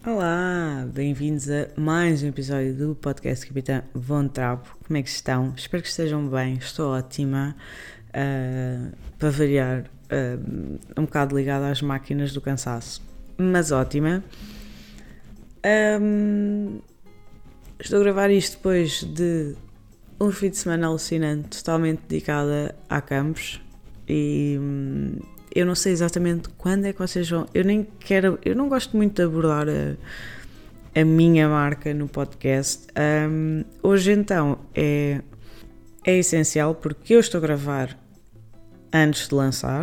Olá, bem-vindos a mais um episódio do podcast Capitã Von Trapp. Como é que estão? Espero que estejam bem, estou ótima. Para variar, um bocado ligada às máquinas do cansaço, mas ótima. Estou a gravar isto depois de um fim de semana alucinante, totalmente dedicada a campos e eu não sei exatamente quando é que vocês vão. Eu não gosto muito de abordar a minha marca no podcast. Hoje então é essencial porque eu estou a gravar antes de lançar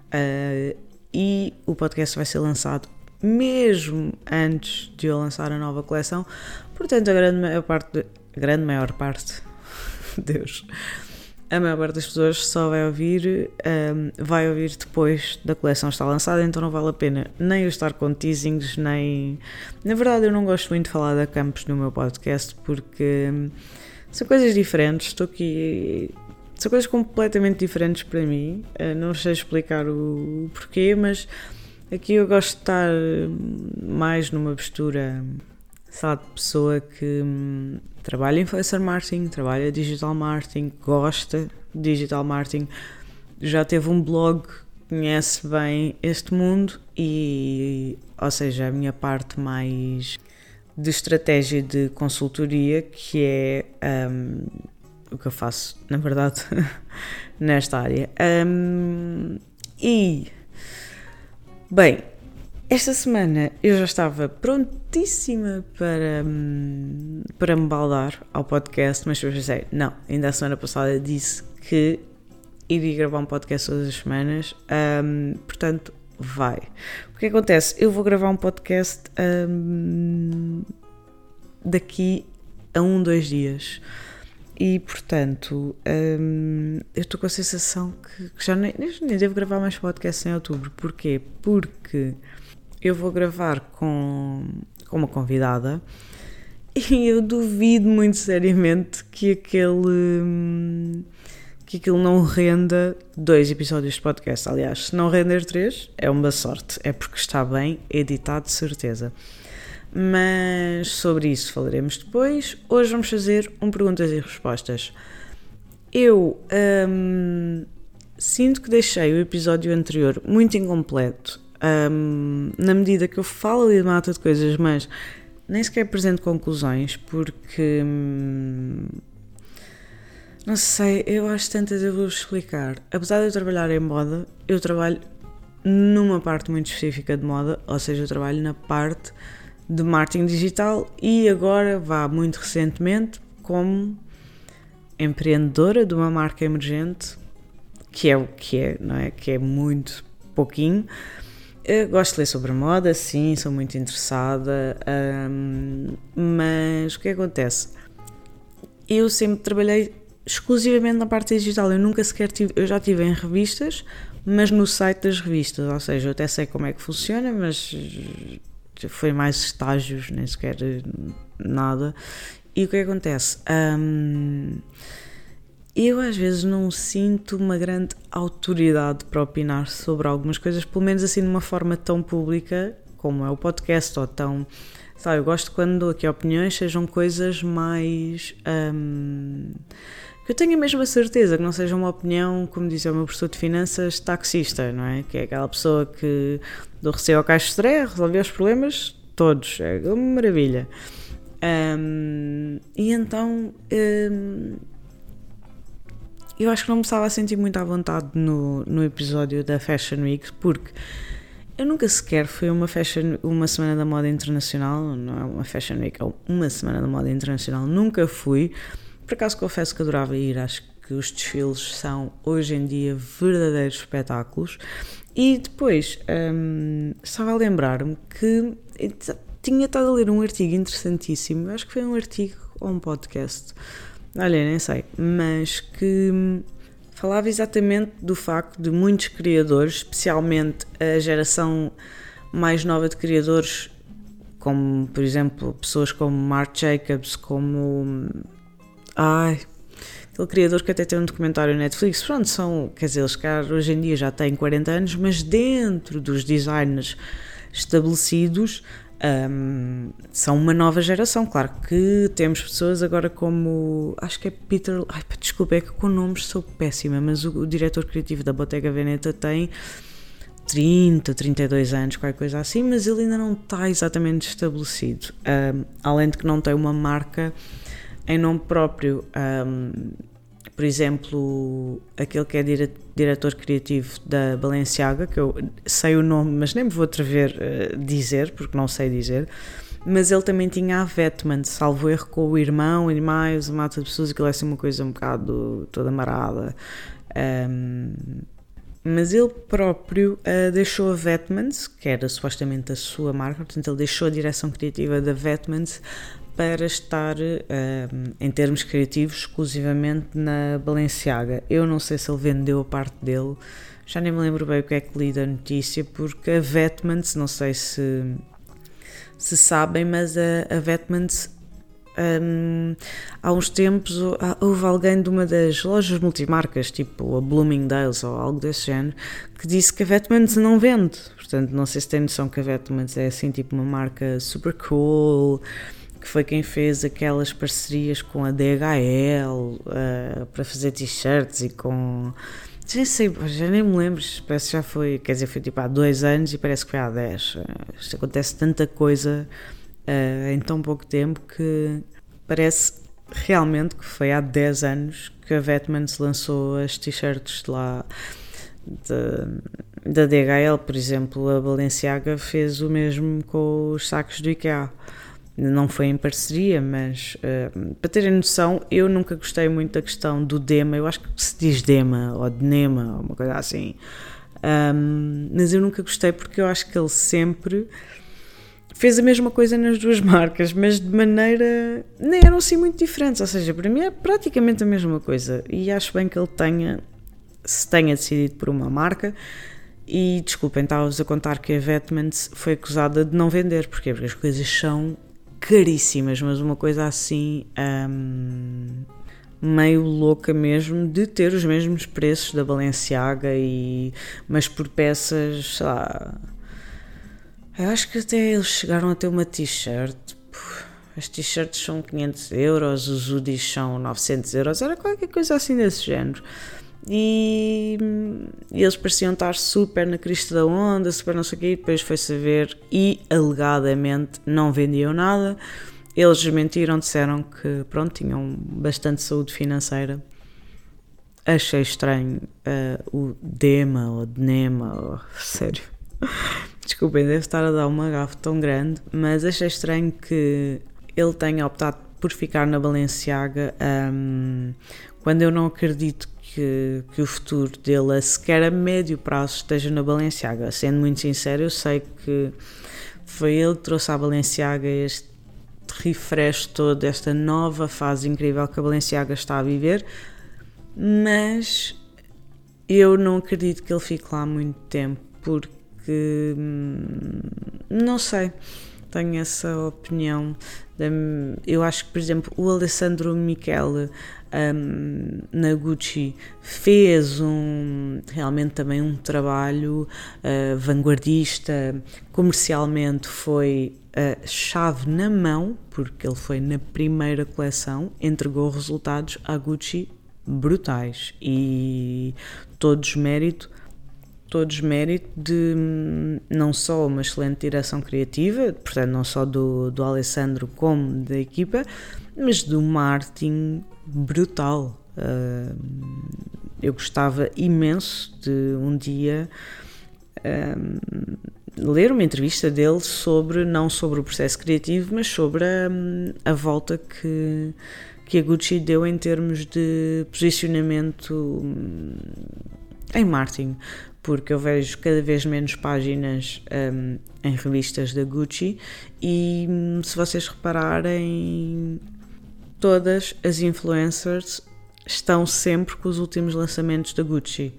e o podcast vai ser lançado mesmo antes de eu lançar a nova coleção. Portanto, a maior parte Deus, a maior parte das pessoas só vai ouvir depois da coleção estar lançada, então não vale a pena nem eu estar com teasings, nem... Na verdade, eu não gosto muito de falar da campos no meu podcast porque são coisas diferentes, são coisas completamente diferentes para mim, não sei explicar o porquê, mas aqui eu gosto de estar mais numa postura, sabe, de pessoa que trabalha influencer marketing, trabalha digital marketing, gosta de digital marketing, já teve um blog, conhece bem este mundo e, ou seja, a minha parte mais de estratégia de consultoria, que é o que eu faço, na verdade, nesta área. Bem, esta semana eu já estava prontíssima para me baldar ao podcast, mas eu pensei, não, ainda a semana passada disse que iria gravar um podcast todas as semanas, portanto, vai. O que acontece? Eu vou gravar um podcast daqui a 2 dias. E, portanto, eu estou com a sensação que já nem devo gravar mais podcasts em outubro. Porquê? Porque eu vou gravar com uma convidada e eu duvido muito seriamente que aquilo não renda 2 episódios de podcast. Aliás, se não render 3, é uma sorte. É porque está bem editado, de certeza. Mas sobre isso falaremos depois. Hoje vamos fazer perguntas e respostas. Eu sinto que deixei o episódio anterior muito incompleto, na medida que eu falo ali de uma data de coisas, mas nem sequer apresento conclusões, porque não sei, eu acho tantas, eu vou explicar. Apesar de eu trabalhar em moda, eu trabalho numa parte muito específica de moda, ou seja, eu trabalho na parte de marketing digital e agora, muito recentemente, como empreendedora de uma marca emergente, que é o que é, não é? Que é muito pouquinho. Eu gosto de ler sobre moda, sim, sou muito interessada, mas o que acontece? Eu sempre trabalhei exclusivamente na parte digital, eu já estive em revistas, mas no site das revistas, ou seja, eu até sei como é que funciona, mas foi mais estágios, nem sequer nada. E o que acontece? Eu às vezes não sinto uma grande autoridade para opinar sobre algumas coisas, pelo menos assim de uma forma tão pública como é o podcast, ou tão... Sabe, eu gosto quando dou aqui opiniões, sejam coisas mais... que eu tenha mesmo a certeza, que não seja uma opinião, como dizia o meu professor de finanças, taxista, não é? Que é aquela pessoa que do receio ao caixa estreia, resolveu os problemas todos, é uma maravilha. E então eu acho que não me estava a sentir muito à vontade no episódio da Fashion Week, porque eu nunca sequer fui uma semana da moda internacional, não é uma Fashion Week, é uma semana da moda internacional, nunca fui. Por acaso confesso que adorava ir, acho que os desfiles são hoje em dia verdadeiros espetáculos. E depois estava a lembrar-me que tinha estado a ler um artigo interessantíssimo, acho que foi um artigo ou um podcast, olha, nem sei, mas que falava exatamente do facto de muitos criadores, especialmente a geração mais nova de criadores, como por exemplo pessoas como Marc Jacobs, como... aquele criador que até tem um documentário na Netflix, pronto, quer dizer, eles hoje em dia já têm 40 anos, mas dentro dos designers estabelecidos, São uma nova geração, claro que temos pessoas agora como, acho que é Peter, desculpa, é que com nomes sou péssima, mas o diretor criativo da Bottega Veneta tem 32 anos, qualquer coisa assim, mas ele ainda não está exatamente estabelecido, além de que não tem uma marca em nome próprio. Por exemplo, aquele que é diretor criativo da Balenciaga, que eu sei o nome, mas nem me vou atrever a dizer, porque não sei dizer, mas ele também tinha a Vetman, salvo erro, com o irmão e mais uma mata de pessoas, aquilo é assim uma coisa um bocado toda marada. Mas ele próprio deixou a Vetmans, que era supostamente a sua marca, portanto ele deixou a direção criativa da Vetmans para estar, em termos criativos, exclusivamente na Balenciaga. Eu não sei se ele vendeu a parte dele, já nem me lembro bem o que é que li da notícia, porque a Vetmans, não sei se sabem, mas a Vetmans, há uns tempos houve alguém de uma das lojas multimarcas, tipo a Bloomingdale's ou algo desse género, que disse que a Vetmans não vende. Portanto, não sei se tem noção que a Vetmans é assim tipo uma marca super cool, que foi quem fez aquelas parcerias com a DHL para fazer t-shirts e com... já nem me lembro, parece que já foi, quer dizer, foi tipo há 2 anos e parece que foi há 10. Isto acontece tanta coisa em tão pouco tempo que parece realmente que foi há 10 anos que a Vetmans lançou as t-shirts lá da DHL, por exemplo. A Balenciaga fez o mesmo com os sacos do IKEA. Não foi em parceria, mas para terem noção, eu nunca gostei muito da questão do Dema. Eu acho que se diz Dema ou Dnema, ou uma coisa assim, mas eu nunca gostei porque eu acho que ele sempre fez a mesma coisa nas duas marcas, mas de maneira, nem eram assim muito diferentes. Ou seja, para mim é praticamente a mesma coisa, e acho bem que ele se tenha decidido por uma marca. E desculpem, estava-vos a contar que a Vetmans foi acusada de não vender. Porquê? Porque as coisas são caríssimas, mas uma coisa assim meio louca mesmo, de ter os mesmos preços da Balenciaga, mas por peças, sei lá, eu acho que até eles chegaram a ter uma t-shirt, as t-shirts são 500 euros, os hoodies são 900 euros, era qualquer coisa assim desse género. E eles pareciam estar super na crista da onda, super não sei o quê, e depois foi saber e alegadamente não vendiam nada. Eles desmentiram, disseram que pronto, tinham bastante saúde financeira. Achei estranho o Dema ou Dnema, sério, desculpem, devo estar a dar uma gafe tão grande, mas achei estranho que ele tenha optado por ficar na Balenciaga, quando eu não acredito que o futuro dele, sequer a médio prazo, esteja na Balenciaga. Sendo muito sincero, eu sei que foi ele que trouxe à Balenciaga este refresh todo, esta nova fase incrível que a Balenciaga está a viver, mas eu não acredito que ele fique lá muito tempo, porque não sei, tenho essa opinião. Eu acho que, por exemplo, o Alessandro Michele na Gucci fez realmente também um trabalho vanguardista, comercialmente foi a chave na mão, porque ele foi na primeira coleção, entregou resultados à Gucci brutais, e todos mérito de não só uma excelente direção criativa, portanto não só do Alessandro como da equipa, mas do marketing brutal. Eu gostava imenso de um dia ler uma entrevista dele não sobre o processo criativo, mas sobre a volta que a Gucci deu em termos de posicionamento em marketing, porque eu vejo cada vez menos páginas em revistas da Gucci, e se vocês repararem, todas as influencers estão sempre com os últimos lançamentos da Gucci.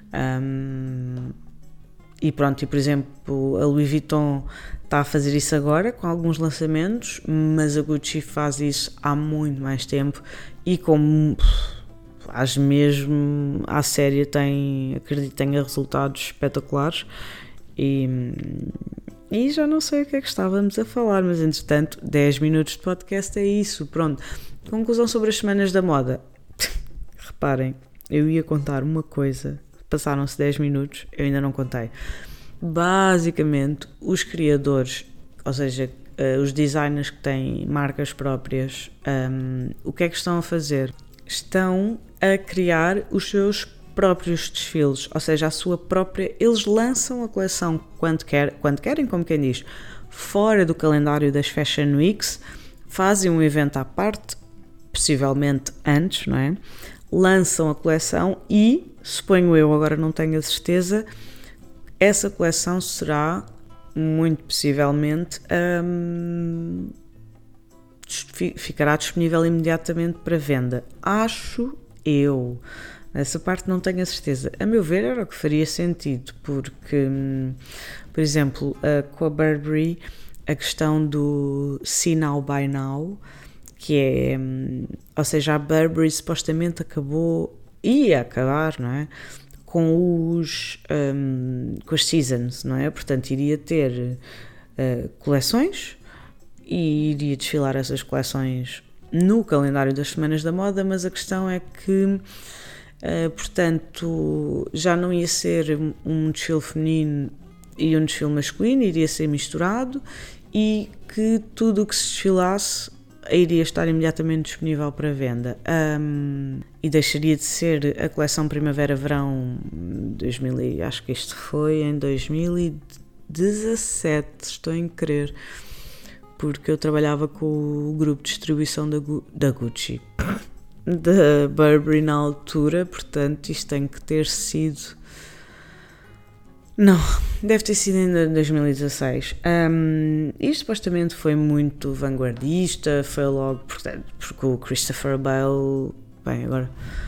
E pronto, e por exemplo, a Louis Vuitton está a fazer isso agora com alguns lançamentos, mas a Gucci faz isso há muito mais tempo, e como acho mesmo à séria, acredito que tenha resultados espetaculares, e E já não sei o que é que estávamos a falar, mas entretanto, 10 minutos de podcast é isso, pronto. Conclusão sobre as semanas da moda. Reparem, eu ia contar uma coisa, passaram-se 10 minutos, eu ainda não contei. Basicamente, os criadores, ou seja, os designers que têm marcas próprias, o que é que estão a fazer? Estão a criar os seus próprios desfiles, ou seja, a sua própria... Eles lançam a coleção quando querem, como quem diz, fora do calendário das Fashion Weeks, fazem um evento à parte, possivelmente antes, não é? Lançam a coleção e, suponho eu, agora não tenho a certeza, essa coleção será, muito possivelmente, ficará disponível imediatamente para venda. Acho eu. Essa parte não tenho a certeza. A meu ver era o que faria sentido, porque, por exemplo, com a Burberry, a questão do See Now Buy Now, que é, ou seja, a Burberry supostamente ia acabar, não é? Com as seasons, não é? Portanto, iria ter coleções e iria desfilar essas coleções no calendário das semanas da moda, mas a questão é que portanto, já não ia ser um desfile feminino e um desfile masculino, iria ser misturado e que tudo o que se desfilasse iria estar imediatamente disponível para venda. E deixaria de ser a coleção Primavera-Verão 2000, acho que isto foi em 2017, estou em crer, porque eu trabalhava com o grupo de distribuição da Gucci. Da Burberry na altura, portanto isto tem que ter sido... Não, deve ter sido ainda em 2016. Isto supostamente foi muito vanguardista, foi logo, portanto, porque o Christopher Bale... Bem, agora...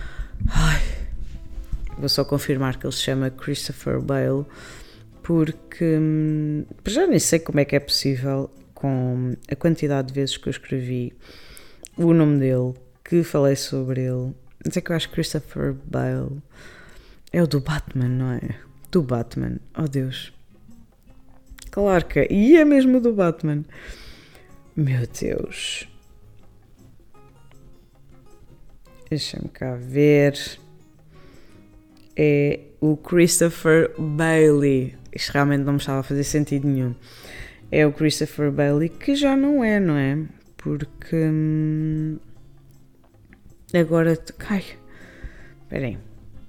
Vou só confirmar que ele se chama Christopher Bale, porque já nem sei como é que é possível, com a quantidade de vezes que eu escrevi o nome dele, que falei sobre ele. Mas é que eu acho que Christopher Bale é o do Batman, não é? Do Batman, oh Deus. Claro que é, e é mesmo do Batman. Meu Deus. Deixa-me cá ver. É o Christopher Bailey. Isto realmente não me estava a fazer sentido nenhum. É o Christopher Bailey, que já não é, não é? Porque... Agora... Esperem.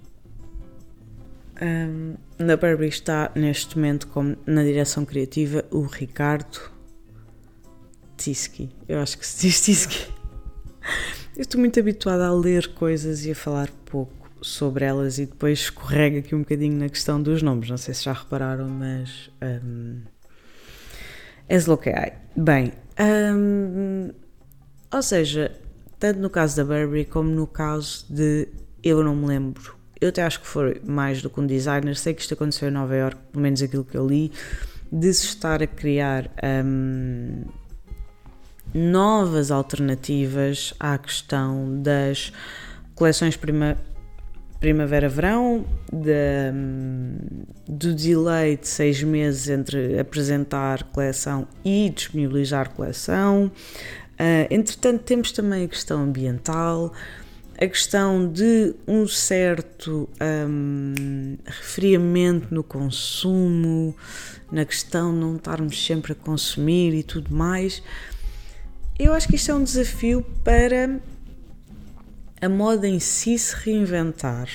Na Burberry está neste momento como na direção criativa o Ricardo Tisci. Eu acho que se diz Tisci. Eu estou muito habituada a ler coisas e a falar pouco sobre elas e depois escorrega aqui um bocadinho na questão dos nomes. Não sei se já repararam, mas... é o que é. Bem, ou seja... Tanto no caso da Burberry como no caso de, eu não me lembro, eu até acho que foi mais do que um designer, sei que isto aconteceu em Nova Iorque, pelo menos aquilo que eu li, de se estar a criar novas alternativas à questão das coleções primavera-verão, do delay de 6 meses entre apresentar coleção e disponibilizar coleção. Entretanto, temos também a questão ambiental, a questão de um certo refriamento no consumo, na questão de não estarmos sempre a consumir e tudo mais. Eu acho que isto é um desafio para a moda em si se reinventar.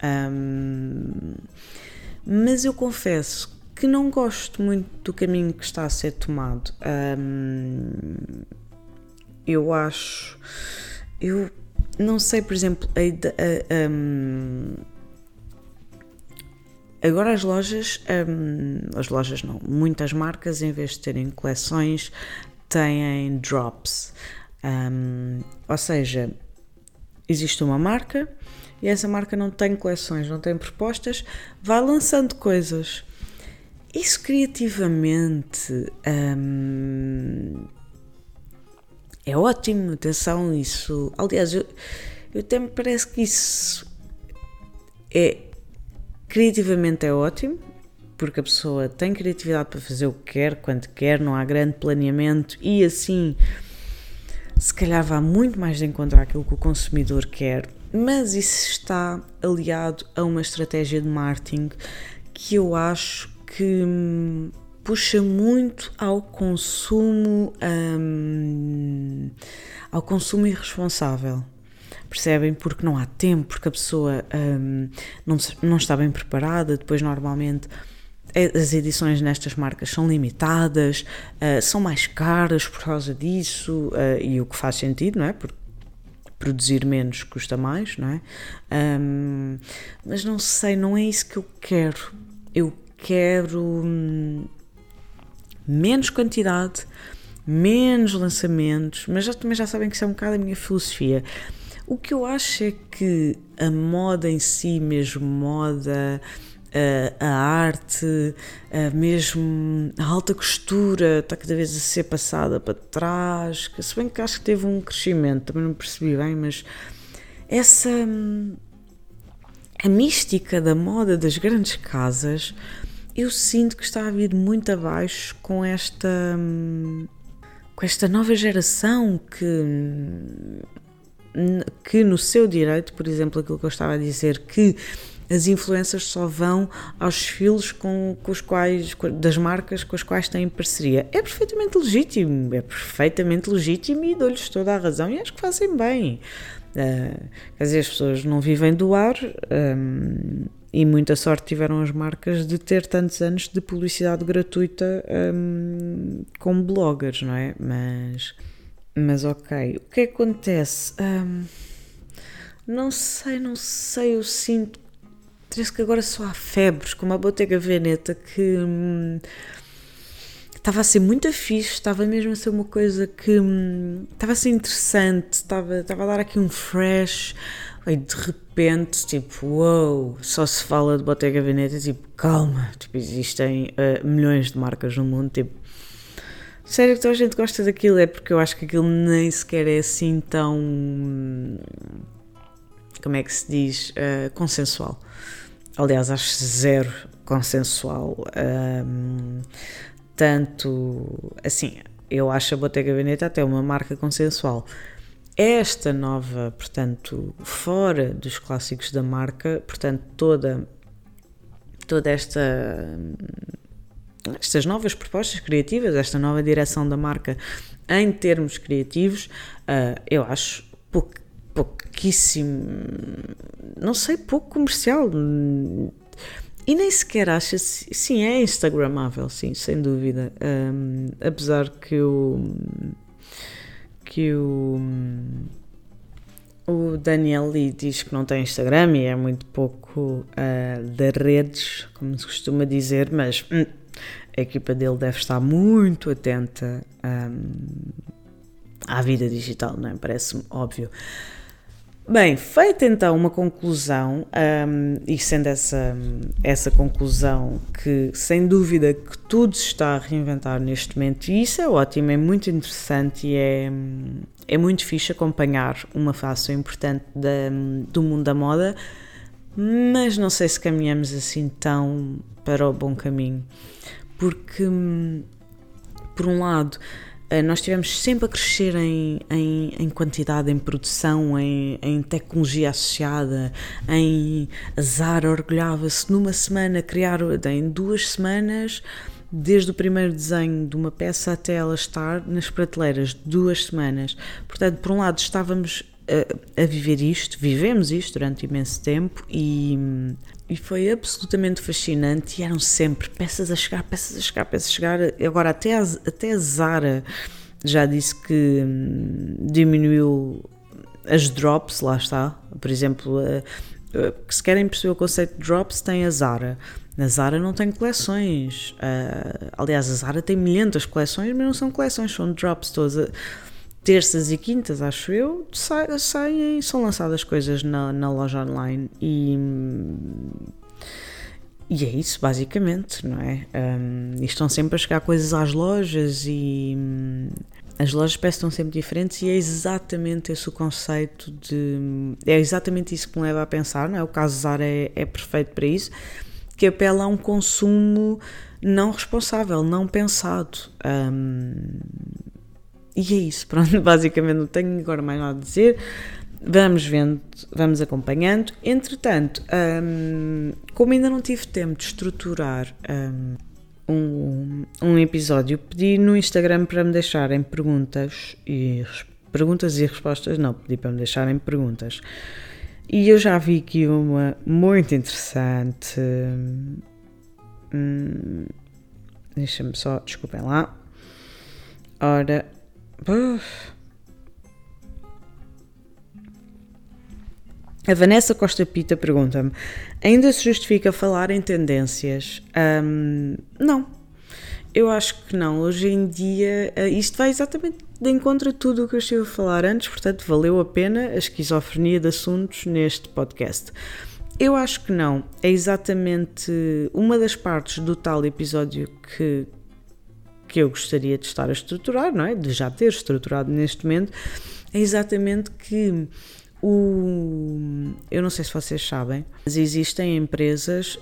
Mas eu confesso que não gosto muito do caminho que está a ser tomado. Eu não sei, por exemplo, agora as lojas não, muitas marcas, em vez de terem coleções, têm drops. Ou seja, existe uma marca e essa marca não tem coleções, não tem propostas, vai lançando coisas. Isso criativamente... é ótimo, atenção, isso... Aliás, eu até me parece que isso criativamente é ótimo, porque a pessoa tem criatividade para fazer o que quer, quando quer, não há grande planeamento e assim se calhar vai muito mais de encontro àquilo que o consumidor quer, mas isso está aliado a uma estratégia de marketing que eu acho que puxa muito ao consumo irresponsável. Percebem? Porque não há tempo, porque a pessoa não está bem preparada, depois normalmente as edições nestas marcas são limitadas, são mais caras por causa disso, e o que faz sentido, não é? Porque produzir menos custa mais, não é? Mas não sei, não é isso que eu quero. Eu quero menos quantidade, menos lançamentos, mas também já sabem que isso é um bocado a minha filosofia. O que eu acho é que a moda em si, mesmo moda, a arte, mesmo a alta costura está cada vez a ser passada para trás, se bem que acho que teve um crescimento, também não percebi bem, mas a mística da moda das grandes casas, eu sinto que está a vir muito abaixo com esta nova geração que no seu direito, por exemplo, aquilo que eu estava a dizer, que as influencers só vão aos desfiles das marcas com as quais têm parceria. É perfeitamente legítimo e dou-lhes toda a razão e acho que fazem bem. Quer dizer, as pessoas não vivem do ar e muita sorte tiveram as marcas de ter tantos anos de publicidade gratuita com bloggers, não é? Mas ok, o que acontece? Não sei, eu sinto, parece que agora só há febres, como a Bottega Veneta, que estava a ser muito fixe, estava mesmo a ser uma coisa que estava a ser interessante, estava a dar aqui um fresh, e de repente, tipo, uou, só se fala de Bottega Veneta, tipo, calma, tipo, existem milhões de marcas no mundo, tipo, sério que toda a gente gosta daquilo, é porque eu acho que aquilo nem sequer é assim tão, como é que se diz, consensual. Aliás, acho zero consensual. Tanto, assim, eu acho a Bottega Veneta até uma marca consensual. Esta nova, portanto, fora dos clássicos da marca, portanto, toda estas novas propostas criativas, esta nova direção da marca em termos criativos, eu acho pouquíssimo, não sei, pouco comercial e nem sequer acho, sim, é instagramável, sim, sem dúvida, apesar que o Daniel Lee diz que não tem Instagram e é muito pouco de redes, como se costuma dizer, mas a equipa dele deve estar muito atenta à vida digital, não é? Parece-me óbvio. Bem, feita então uma conclusão, e sendo essa conclusão que sem dúvida que tudo se está a reinventar neste momento, e isso é ótimo, é muito interessante e é muito fixe acompanhar uma fase importante do mundo da moda, mas não sei se caminhamos assim tão para o bom caminho, porque por um lado nós estivemos sempre a crescer em quantidade, em produção, em tecnologia associada, a Zara orgulhava-se numa semana criar, em 2 semanas, desde o primeiro desenho de uma peça até ela estar nas prateleiras, 2 semanas. Portanto, por um lado estávamos a viver isto, vivemos isto durante imenso tempo e foi absolutamente fascinante e eram sempre peças a chegar. Agora até a Zara já disse que diminuiu as drops, lá está, por exemplo, se querem perceber o conceito de drops, tem a Zara. A Zara não tem coleções, aliás a Zara tem milhares de coleções, mas não são coleções, são drops todas. Terças e quintas, acho eu, são lançadas coisas na loja online e é isso, basicamente, não é? E estão sempre a chegar coisas às lojas e as lojas parecem que estão sempre diferentes e é exatamente esse o conceito é exatamente isso que me leva a pensar, não é? O caso Zara é perfeito para isso. que apela a um consumo não responsável, não pensado. E é isso, pronto, basicamente não tenho agora mais nada a dizer. Vamos vendo, vamos acompanhando. Entretanto, como ainda não tive tempo de estruturar um episódio, pedi no Instagram para me deixarem perguntas e respostas, não, pedi para me deixarem perguntas. E eu já vi aqui uma muito interessante. Deixa-me só, desculpem lá. Ora. A Vanessa Costa Pita pergunta-me: ainda se justifica falar em tendências? Não, eu acho que não. Hoje em dia, isto vai exatamente de encontro a tudo o que eu estive a falar antes, portanto, valeu a pena a esquizofrenia de assuntos neste podcast. Eu acho que não. É exatamente uma das partes do tal episódio que eu gostaria de estar a estruturar, não é? De já ter estruturado neste momento, é exatamente que eu não sei se vocês sabem, mas existem empresas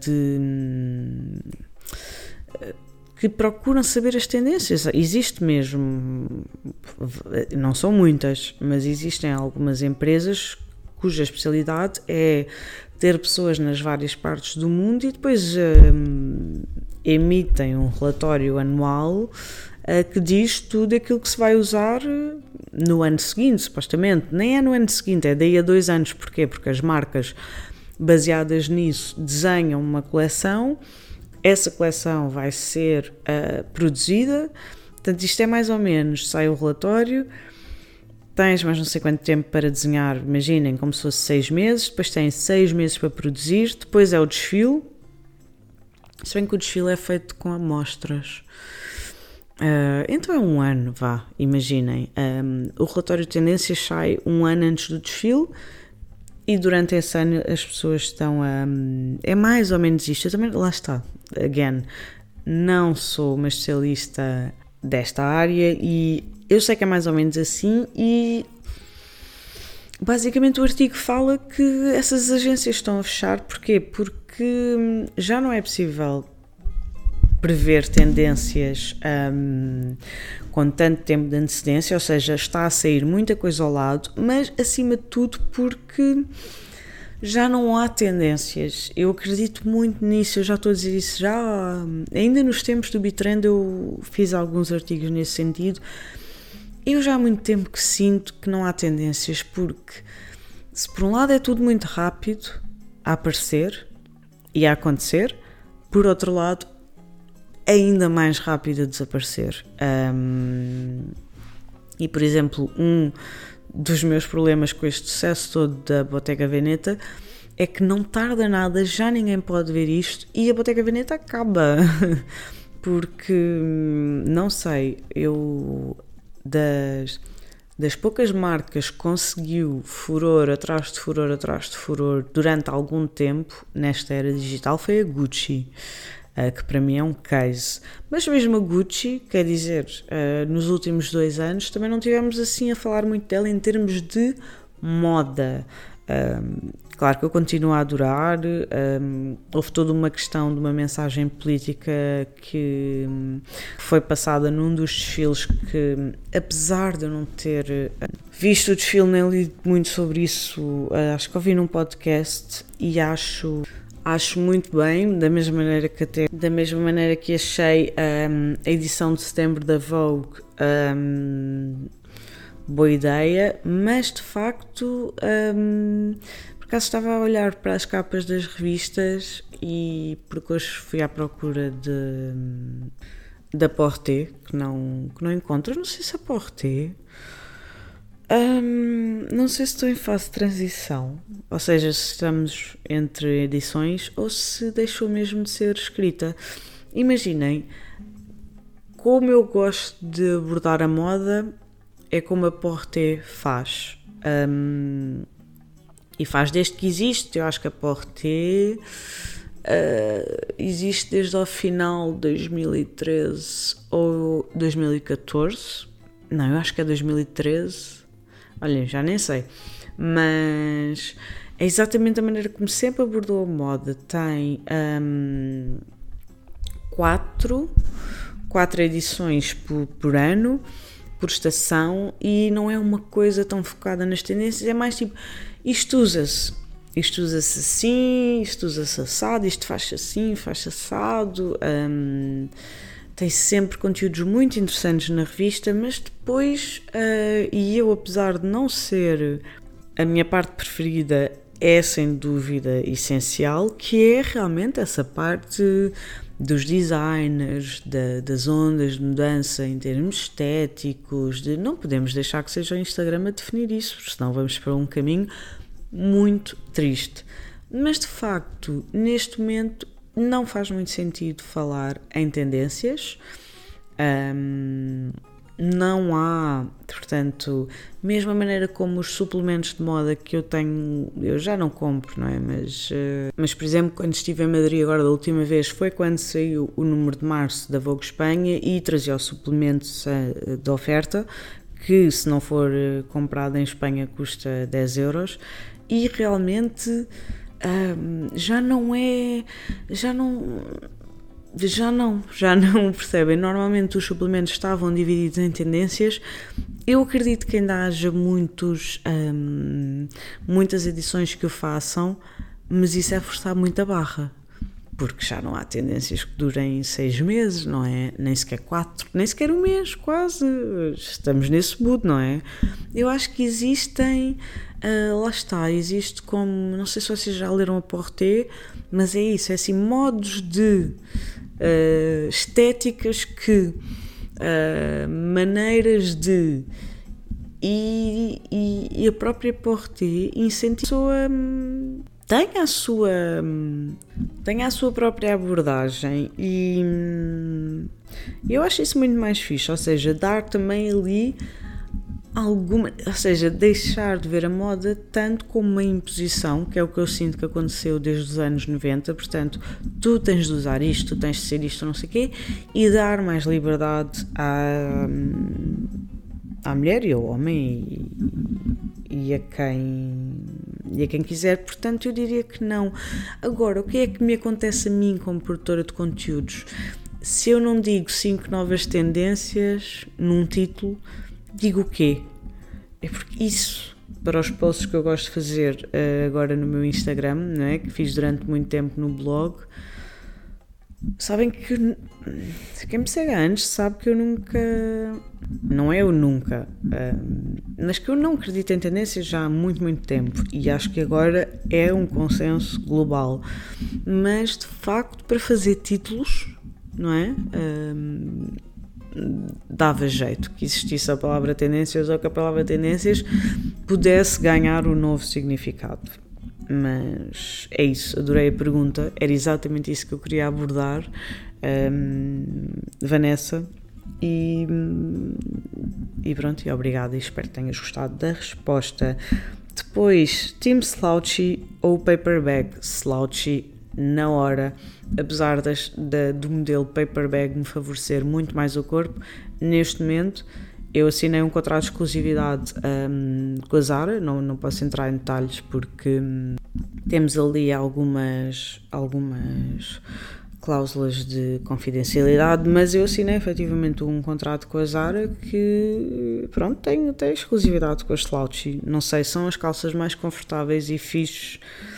que procuram saber as tendências. Existe mesmo, não são muitas, mas existem algumas empresas cuja especialidade é ter pessoas nas várias partes do mundo e depois emitem um relatório anual que diz tudo aquilo que se vai usar no ano seguinte, supostamente. Nem é no ano seguinte, é daí a 2 anos. Porquê? Porque as marcas baseadas nisso desenham uma coleção, essa coleção vai ser produzida, portanto isto é mais ou menos, sai o relatório, tens mais não sei quanto tempo para desenhar, imaginem como se fosse 6 meses, depois tens 6 meses para produzir, depois é o desfile, se bem que o desfile é feito com amostras. Então é 1 ano, vá, imaginem. O relatório de tendências sai 1 ano antes do desfile e durante esse ano as pessoas estão a... é mais ou menos isto. Eu também, lá está, again, não sou uma especialista desta área e eu sei que é mais ou menos assim e basicamente o artigo fala que essas agências estão a fechar. Porquê? Porque já não é possível prever tendências com tanto tempo de antecedência, ou seja, está a sair muita coisa ao lado, mas acima de tudo porque já não há tendências. Eu acredito muito nisso, eu já estou a dizer isso já, ainda nos tempos do Bitrend eu fiz alguns artigos nesse sentido. Eu já há muito tempo que sinto que não há tendências, porque se por um lado é tudo muito rápido a aparecer e a acontecer, por outro lado ainda mais rápido a desaparecer. E, por exemplo, um dos meus problemas com este sucesso todo da Bottega Veneta é que não tarda nada, já ninguém pode ver isto e a Bottega Veneta acaba. Porque, não sei, eu das poucas marcas que conseguiu furor atrás de furor atrás de furor durante algum tempo nesta era digital foi a Gucci. Que para mim é um case, mas mesmo a Gucci, quer dizer, nos últimos 2 anos também não tivemos assim a falar muito dela em termos de moda. Claro que eu continuo a adorar, houve toda uma questão de uma mensagem política que foi passada num dos desfiles que, apesar de eu não ter visto o desfile nem lido muito sobre isso, acho que ouvi num podcast e acho muito bem, da mesma maneira que achei a edição de setembro da Vogue boa ideia, mas de facto por acaso estava a olhar para as capas das revistas e porque hoje fui à procura da Porter, que não encontro, não sei se a Porter não sei se estou em fase de transição, ou seja, se estamos entre edições ou se deixou mesmo de ser escrita. Imaginem, como eu gosto de abordar a moda, é como a Porter faz. E faz desde que existe. Eu acho que a Porter existe desde o final de 2013 ou 2014. Não, eu acho que é 2013. Olhem, já nem sei. Mas é exatamente a maneira como sempre abordou a moda. Tem 4 edições por ano, por estação, e não é uma coisa tão focada nas tendências, é mais tipo, isto usa-se assim, isto usa-se assado, isto faz-se assim, faz-se assado. Tem sempre conteúdos muito interessantes na revista, mas depois, e eu, apesar de não ser a minha parte preferida, é sem dúvida essencial, que é realmente essa parte dos designers, das ondas de mudança em termos estéticos, não podemos deixar que seja o Instagram a definir isso, porque senão vamos para um caminho muito triste. Mas de facto, neste momento, não faz muito sentido falar em tendências. Não há, portanto, mesmo a maneira como os suplementos de moda que eu tenho, eu já não compro, não é? Mas por exemplo, quando estive em Madrid agora da última vez, foi quando saiu o número de março da Vogue Espanha e trazia os suplementos de oferta, que se não for comprado em Espanha custa 10 euros, e realmente já não percebem. Normalmente os suplementos estavam divididos em tendências. Eu acredito que ainda haja muitas edições que o façam, mas isso é forçar muito a barra, porque já não há tendências que durem 6 meses, não é? Nem sequer 4, nem sequer um mês, quase. Estamos nesse mood, não é? Eu acho que existem, lá está, existe como, não sei se vocês já leram a Porter, mas é isso, é assim, modos de estéticas que, maneiras de, e a própria Porter incentiva tem a sua própria abordagem, e eu acho isso muito mais fixe, ou seja, dar também ali ou seja, deixar de ver a moda tanto como uma imposição, que é o que eu sinto que aconteceu desde os anos 90, portanto, tu tens de usar isto, tu tens de ser isto, não sei o quê, e dar mais liberdade à mulher e ao homem e a quem quiser. Portanto, eu diria que não. Agora, o que é que me acontece a mim como produtora de conteúdos? Se eu não digo 5 novas tendências num título, digo o quê? É porque isso, para os posts que eu gosto de fazer agora no meu Instagram, não é? Que fiz durante muito tempo no blog, sabem que quem me segue antes sabe que eu nunca, mas que eu não acredito em tendências já há muito, muito tempo, e acho que agora é um consenso global. Mas de facto, para fazer títulos, não é? Dava jeito que existisse a palavra tendências, ou que a palavra tendências pudesse ganhar um novo significado. Mas é isso, adorei a pergunta, era exatamente isso que eu queria abordar, Vanessa, e pronto, e obrigada, e espero que tenhas gostado da resposta. Depois, Team Slouchy ou Paper Bag? Slouchy na hora, apesar do modelo Paper Bag me favorecer muito mais o corpo. Neste momento eu assinei um contrato de exclusividade com a Zara, não posso entrar em detalhes porque temos ali algumas cláusulas de confidencialidade, mas eu assinei efetivamente um contrato com a Zara que, pronto, tem exclusividade com a Slouchy. Não sei, são as calças mais confortáveis e fixes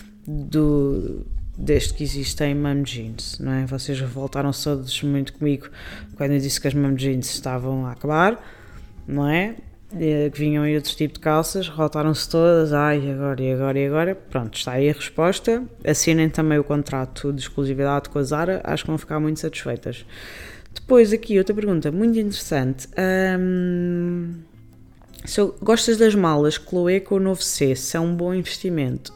desde que existem mom jeans, não é? Vocês voltaram-se todos muito comigo quando eu disse que as mom jeans estavam a acabar, não é? Que vinham aí outro tipo de calças, voltaram-se todas, agora, pronto, está aí a resposta. Assinem também o contrato de exclusividade com a Zara, acho que vão ficar muito satisfeitas. Depois aqui outra pergunta muito interessante, gostas das malas Chloé com o novo C, se é um bom investimento?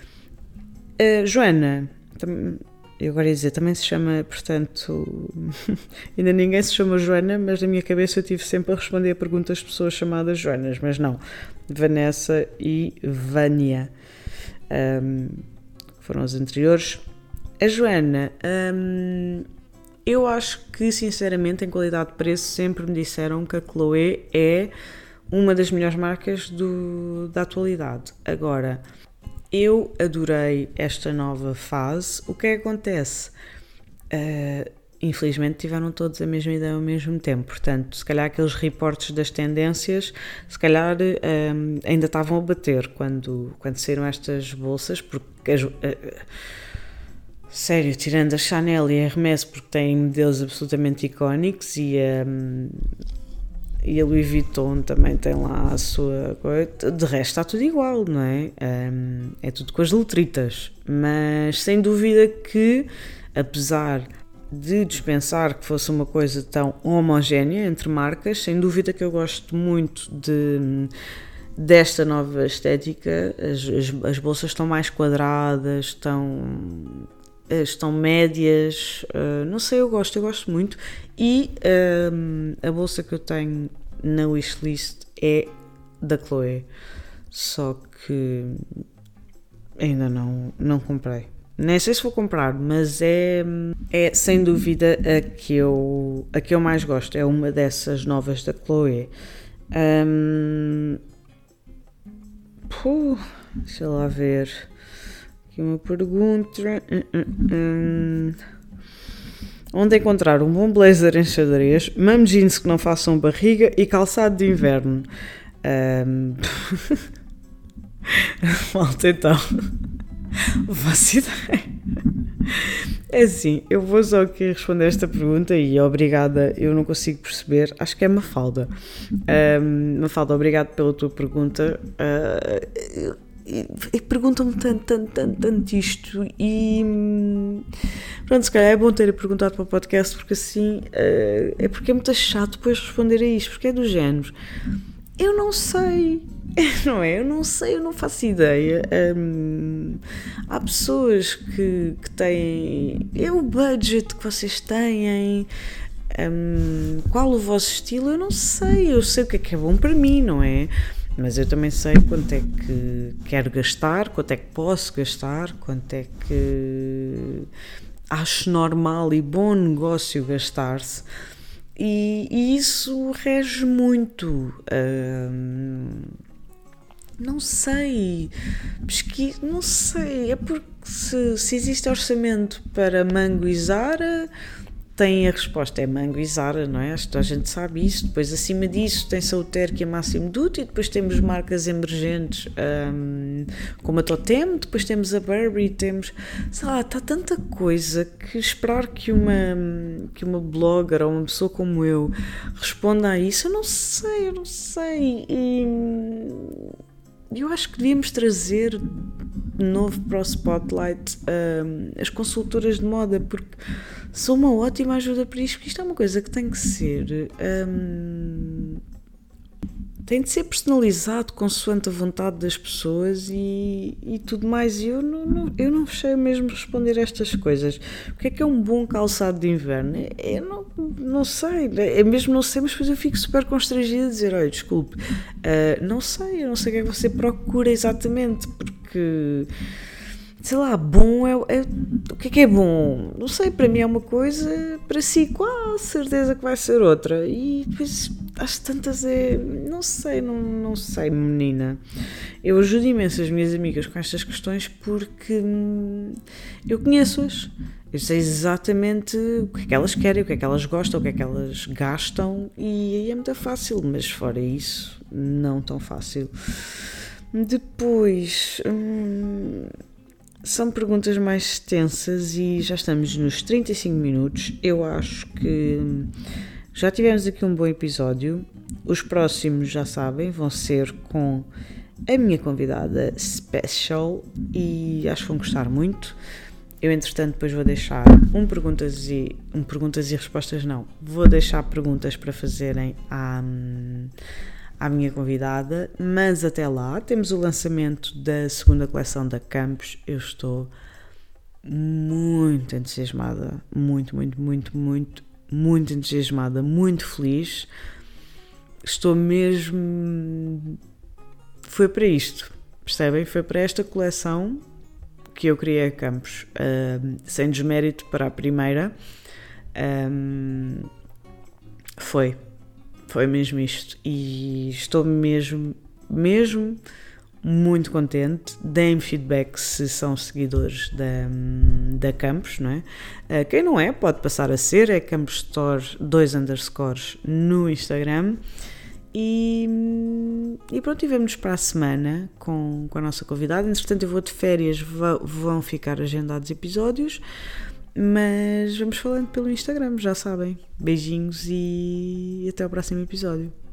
Joana, eu agora ia dizer, também se chama, portanto, ainda ninguém se chama Joana, mas na minha cabeça eu tive sempre a responder a perguntas de pessoas chamadas Joanas, mas não, Vanessa e Vânia, foram as anteriores. A Joana, eu acho que sinceramente em qualidade de preço sempre me disseram que a Chloé é uma das melhores marcas da atualidade. Agora, Eu adorei esta nova fase. O que é que acontece? Infelizmente tiveram todos a mesma ideia ao mesmo tempo, portanto, se calhar aqueles reportes das tendências, se calhar ainda estavam a bater quando saíram estas bolsas, porque sério, tirando a Chanel e a Hermès, porque têm modelos absolutamente icónicos, e a Louis Vuitton também tem lá a sua coisa, de resto está tudo igual, não é? É tudo com as letritas, mas sem dúvida que, apesar de dispensar que fosse uma coisa tão homogénea entre marcas, sem dúvida que eu gosto muito desta nova estética. As bolsas estão mais quadradas, estão médias, não sei, eu gosto muito. E a bolsa que eu tenho na wishlist é da Chloé, só que ainda não comprei. Nem sei se vou comprar, mas é sem dúvida a que eu mais gosto. É uma dessas novas da Chloé. Deixa lá ver. Aqui uma pergunta. Onde encontrar um bom blazer em xadrez, mom jeans que não façam barriga e calçado de inverno? Malta, então. Faço ideia. É assim, eu vou só aqui responder esta pergunta e obrigada, eu não consigo perceber, acho que é Mafalda. Mafalda, obrigado pela tua pergunta. E perguntam-me tanto isto e pronto, se calhar é bom ter perguntado para o podcast, porque assim é porque é muito chato depois responder a isto, porque é do género. Eu não sei, não é? Eu não sei, eu não faço ideia. Há pessoas que têm. É o budget que vocês têm. Qual o vosso estilo? Eu não sei. Eu sei o que é bom para mim, não é? Mas eu também sei quanto é que quero gastar, quanto é que posso gastar, quanto é que acho normal e bom negócio gastar-se. E isso rege muito. Não sei. Não sei. É porque se existe orçamento para Mango e Zara, tem a resposta, é Mango e Zara, não é? Acho que toda a gente sabe isso. Depois, acima disso, tem Sauterque e a Massimo Dutti. Depois temos marcas emergentes como a Totem. Depois temos a Burberry. Temos, sei lá, está tanta coisa que esperar que uma blogger ou uma pessoa como eu responda a isso, eu não sei. E eu acho que devíamos trazer de novo para o Spotlight as consultoras de moda, porque são uma ótima ajuda para isto, porque isto é uma coisa que tem que ser tem de ser personalizado consoante a vontade das pessoas e tudo mais. E eu não sei mesmo responder a estas coisas. O que é um bom calçado de inverno? Eu não sei, é mesmo não sei, mas depois eu fico super constrangida a dizer, olha, desculpe, eu não sei o que é que você procura exatamente, porque sei lá, bom o que é bom? Não sei, para mim é uma coisa, para si quase certeza que vai ser outra. E depois às tantas não sei, menina. Eu ajudo imenso as minhas amigas com estas questões porque eu conheço-as. Eu sei exatamente o que é que elas querem, o que é que elas gostam, o que é que elas gastam, e aí é muito fácil, mas fora isso, não tão fácil. Depois são perguntas mais extensas e já estamos nos 35 minutos. Eu acho que já tivemos aqui um bom episódio. Os próximos, já sabem, vão ser com a minha convidada special e acho que vão gostar muito. Eu, entretanto, depois vou deixar perguntas e respostas, não. Vou deixar perguntas para fazerem à minha convidada, mas até lá temos o lançamento da segunda coleção da Campos. Eu estou muito entusiasmada, muito entusiasmada, muito feliz. Estou mesmo... Foi para isto, percebem? Foi para esta coleção que eu criei a Campos, sem desmérito para a primeira. Foi mesmo isto, e estou mesmo muito contente. Deem-me feedback se são seguidores da Campos, não é? Quem não é, pode passar a ser, é Campos Store 2_ no Instagram. E pronto, e vemo-nos para a semana com a nossa convidada. Entretanto, eu vou de férias, vão ficar agendados episódios, mas vamos falando pelo Instagram, já sabem. Beijinhos e até ao próximo episódio.